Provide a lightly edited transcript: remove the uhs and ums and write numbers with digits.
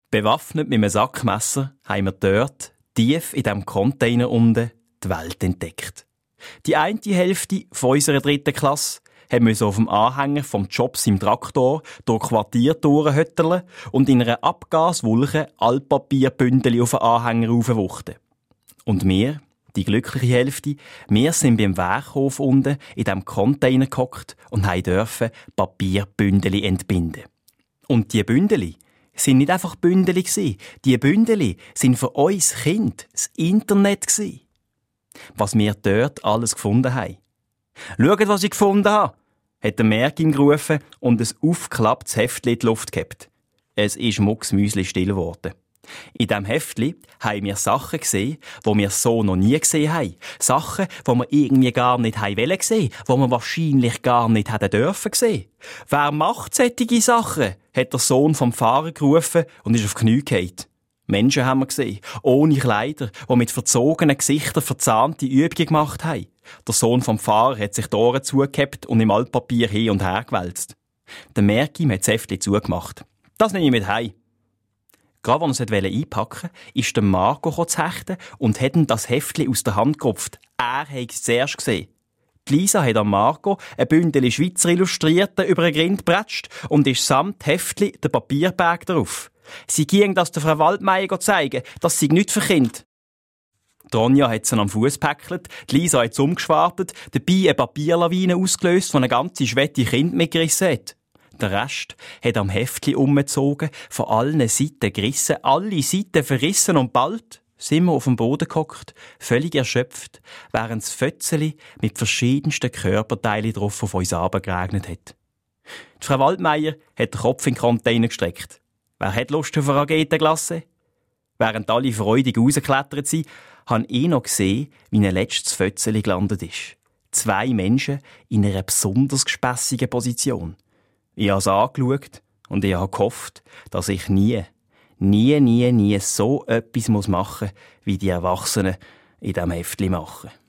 Bewaffnet mit einem Sackmesser haben wir dort, tief in diesem Container unten, die Welt entdeckt. Die eine Hälfte von unserer 3. Klasse musste auf dem Anhänger vom Jobs im Traktor durch Quartier durchhötteln und in einer Abgaswolke Altpapierbündel auf den Anhänger raufwuchten. Und wir, die glückliche Hälfte, wir sind beim Werkhof unten in diesem Container gehockt und dürfen Papierbündeli entbinden. Und die Bündeli sind nicht einfach Bündeli gsi. Die Bündeli sind für uns Kind das Internet gsi. Was wir dort alles gefunden haben. «Schaut, was ich gefunden habe!» hat der Merkin gerufen und ein aufgeklapptes Heftchen in die Luft gehabt. Es ist mucksmüsli still geworden. In diesem Heftchen haben wir Sachen gesehen, die wir so noch nie gesehen haben. Sachen, die wir irgendwie gar nicht wollen sehen, die wir wahrscheinlich gar nicht hätten dürfen sehen. «Wer macht solche Sachen?» hat der Sohn vom Fahrer gerufen und ist auf die Knie gefallen. Menschen haben wir gesehen, ohne Kleider, die mit verzogenen Gesichtern verzahnte Übungen gemacht haben. Der Sohn vom Fahrer hat sich die Ohren zugehabt und im Altpapier hin und her gewälzt. Der Merkim hat das Heftchen zugemacht. «Das nehme ich mit heim.» Gerade als er es einpacken wollte, ist der Marco zu hechten und hat ihm das Heftchen aus der Hand gerupft. Er hat es zuerst gesehen. Die Lisa hat am Marco ein Bündel Schweizer Illustrierten über den Grind gepratscht und ist samt Heftchen der Papierberg drauf. Sie ging das der Frau Waldmeier zeigen, das sei nicht für Kinder. Ronja hat sie am Fuß gepäckelt, die Lisa hat es umgeschwartet, dabei eine Papierlawine ausgelöst, die eine ganze Schwette Kind mitgerissen hat. Der Rest hat am Heftchen umgezogen, von allen Seiten gerissen, alle Seiten verrissen und bald sind wir auf dem Boden gehockt, völlig erschöpft, während das Fötzeli mit verschiedensten Körperteilen drauf auf uns herabgeregnet hat. Die Frau Waldmeier hat den Kopf in den Container gestreckt. Wer hat Lust auf eine Raketenglasse? Während alle freudig rausgeklettert sind, habe ich noch gesehen, wie ein letztes Fötzeli gelandet ist. 2 Menschen in einer besonders gespässigen Position. Ich habe es angeschaut und ich habe gehofft, dass ich nie so etwas machen muss, wie die Erwachsenen in diesem Heftchen machen.